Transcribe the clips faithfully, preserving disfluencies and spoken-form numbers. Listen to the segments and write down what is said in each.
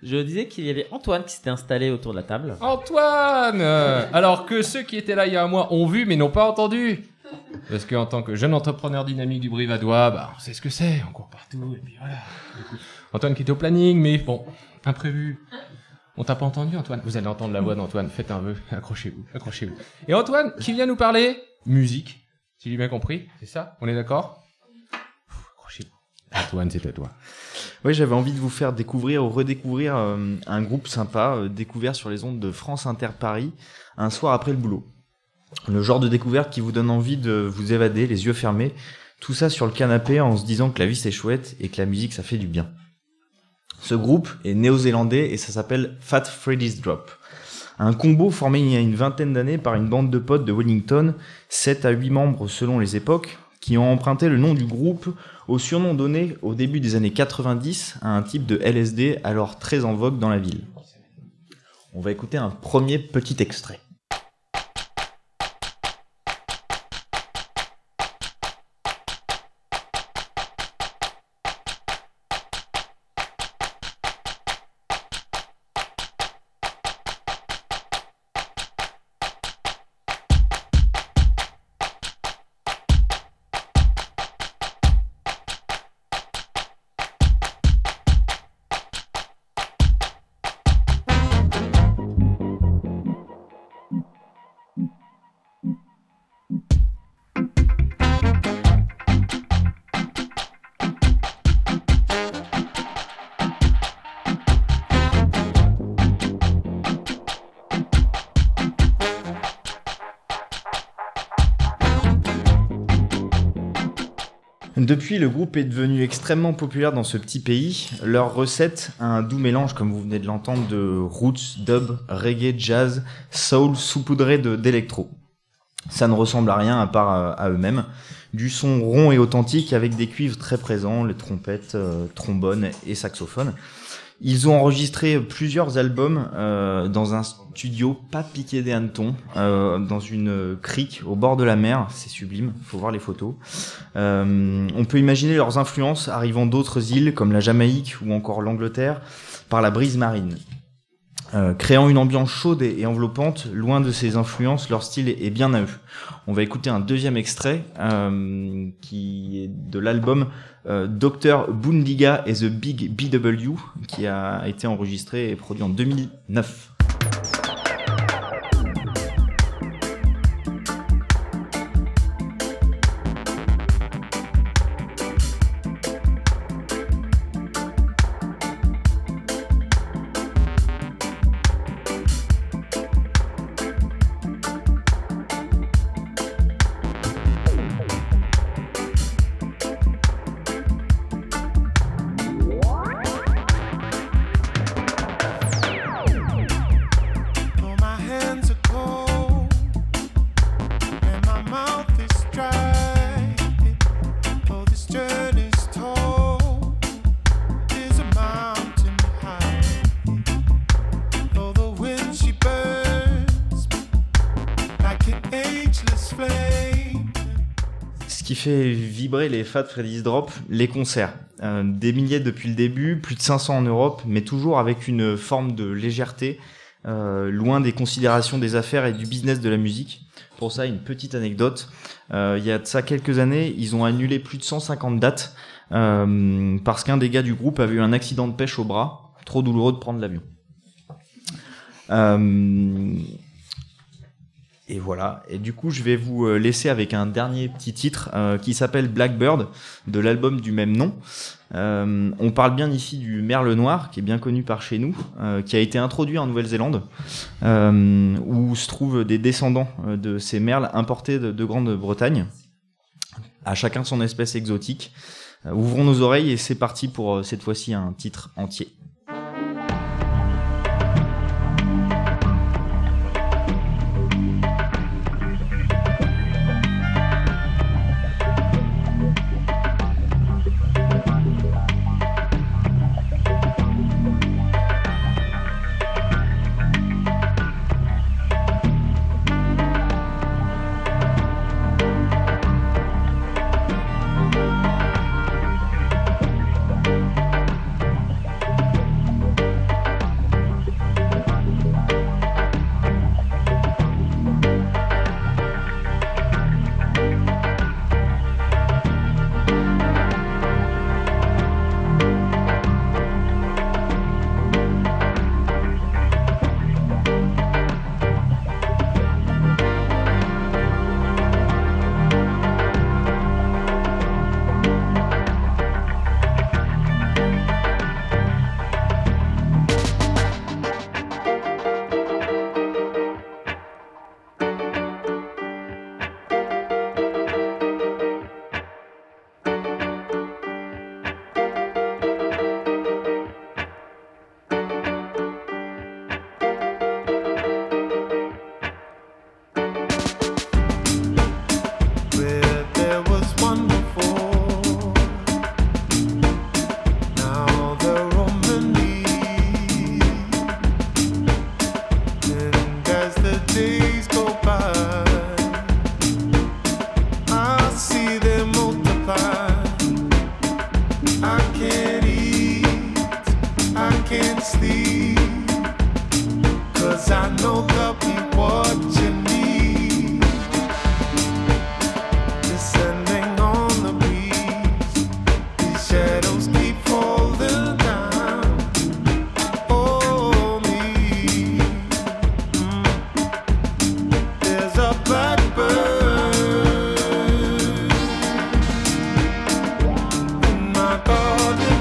Je disais qu'il y avait Antoine qui s'était installé autour de la table. Antoine euh, Alors que ceux qui étaient là il y a un mois ont vu mais n'ont pas entendu. Parce qu'en tant que jeune entrepreneur dynamique du Brivadois, bah, on sait ce que c'est, on court partout, et puis voilà. Antoine qui était au planning, mais bon, imprévu. On t'a pas entendu, Antoine? Vous allez entendre la voix d'Antoine, faites un vœu, accrochez-vous, accrochez-vous. Et Antoine, qui vient nous parler musique, si j'ai bien compris, c'est ça? On est d'accord? Accrochez-vous. Antoine, c'est à toi. Oui, j'avais envie de vous faire découvrir ou redécouvrir euh, un groupe sympa, euh, découvert sur les ondes de France Inter Paris, un soir après le boulot. Le genre de découverte qui vous donne envie de vous évader, les yeux fermés, tout ça sur le canapé en se disant que la vie c'est chouette et que la musique ça fait du bien. Ce groupe est néo-zélandais et ça s'appelle Fat Freddy's Drop. Un combo formé il y a une vingtaine d'années par une bande de potes de Wellington, sept à huit membres selon les époques, qui ont emprunté le nom du groupe au surnom donné au début des années quatre-vingt-dix à un type de L S D alors très en vogue dans la ville. On va écouter un premier petit extrait. Depuis, le groupe est devenu extrêmement populaire dans ce petit pays. Leur recette a un doux mélange, comme vous venez de l'entendre, de roots, dub, reggae, jazz, soul, saupoudré de, d'électro. Ça ne ressemble à rien à part à, à eux-mêmes. Du son rond et authentique avec des cuivres très présents, les trompettes, euh, trombones et saxophones. Ils ont enregistré plusieurs albums euh, dans un studio pas piqué des hannetons, euh, dans une crique au bord de la mer. C'est sublime, faut voir les photos. Euh, on peut imaginer leurs influences arrivant d'autres îles comme la Jamaïque ou encore l'Angleterre par la brise marine. Euh, créant une ambiance chaude et, et enveloppante, loin de ces influences, leur style est, est bien à eux. On va écouter un deuxième extrait euh, qui est de l'album euh, docteur Boondiga et the Big B W qui a été enregistré et produit en deux mille neuf. Ce qui fait vibrer les Fat Freddy's Drop, les concerts. Euh, des milliers depuis le début, plus de cinq cents en Europe, mais toujours avec une forme de légèreté, euh, loin des considérations des affaires et du business de la musique. Pour ça, une petite anecdote. Euh, il y a de ça quelques années, ils ont annulé plus de cent cinquante dates euh, parce qu'un des gars du groupe avait eu un accident de pêche au bras. Trop douloureux de prendre l'avion. Euh... Et voilà. Et du coup, je vais vous laisser avec un dernier petit titre euh, qui s'appelle Blackbird, de l'album du même nom. Euh, on parle bien ici du merle noir, qui est bien connu par chez nous, euh, qui a été introduit en Nouvelle-Zélande, euh, où se trouvent des descendants de ces merles importés de, de Grande-Bretagne, à chacun son espèce exotique. Euh, ouvrons nos oreilles et c'est parti pour euh, cette fois-ci un titre entier. sleep. 'Cause I know there'll be what you need. Descending on the breeze, these shadows keep falling down. Oh, me. Mm. There's a blackbird in my garden.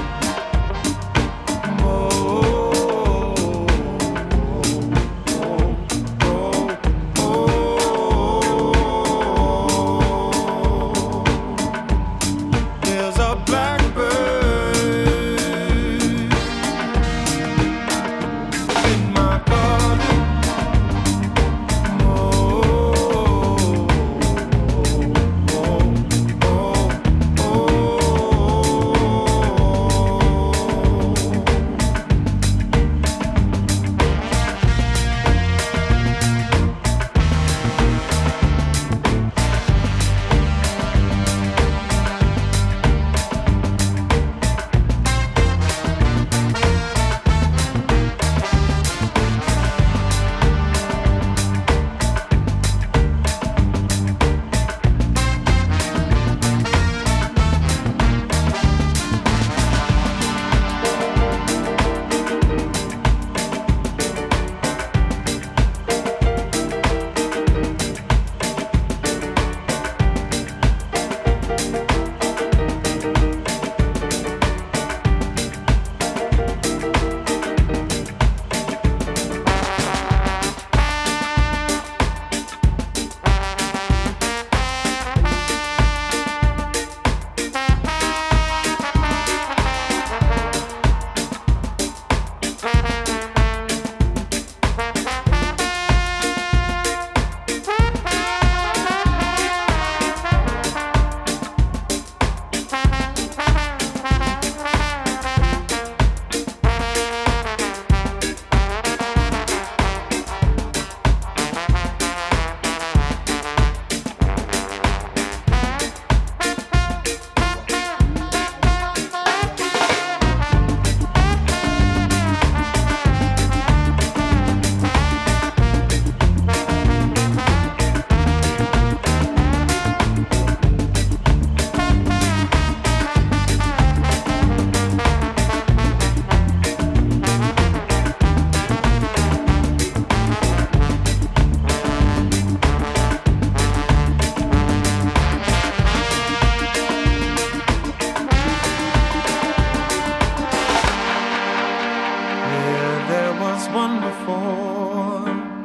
One before,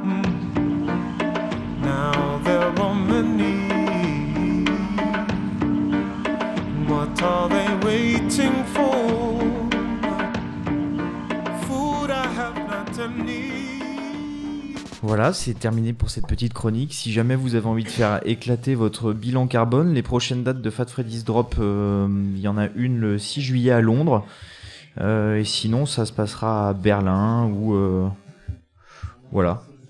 mm. Now there are many. What are they waiting for? Food I have not any. Voilà, c'est terminé pour cette petite chronique. Si jamais vous avez envie de faire éclater votre bilan carbone, les prochaines dates de Fat Freddy's Drop, euh, il y en a une le six juillet à Londres. Euh, et sinon, ça se passera à Berlin ou euh, voilà.